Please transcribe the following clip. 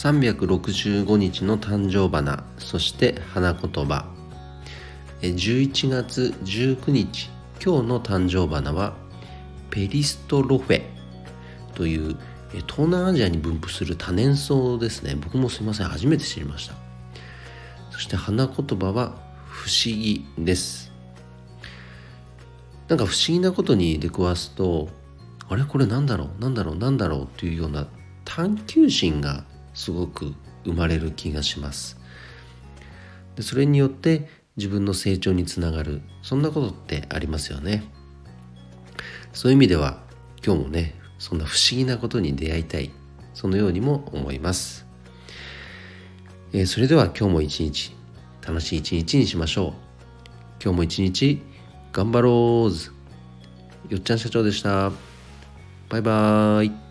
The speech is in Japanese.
365日の誕生花、そして花言葉。11月19日、今日の誕生花はペリストロフェという東南アジアに分布する多年草ですね。僕もすいません、初めて知りました。そして花言葉は不思議です。なんか不思議なことに出くわすと、あれこれなんだろうというような探求心がすごく生まれる気がします。でそれによって自分の成長につながる、そんなことってありますよね。そういう意味では今日もね、そんな不思議なことに出会いたい、そのようにも思います。それでは今日も一日楽しい一日にしましょう。今日も一日頑張ろう。よっちゃん社長でした。バイバーイ。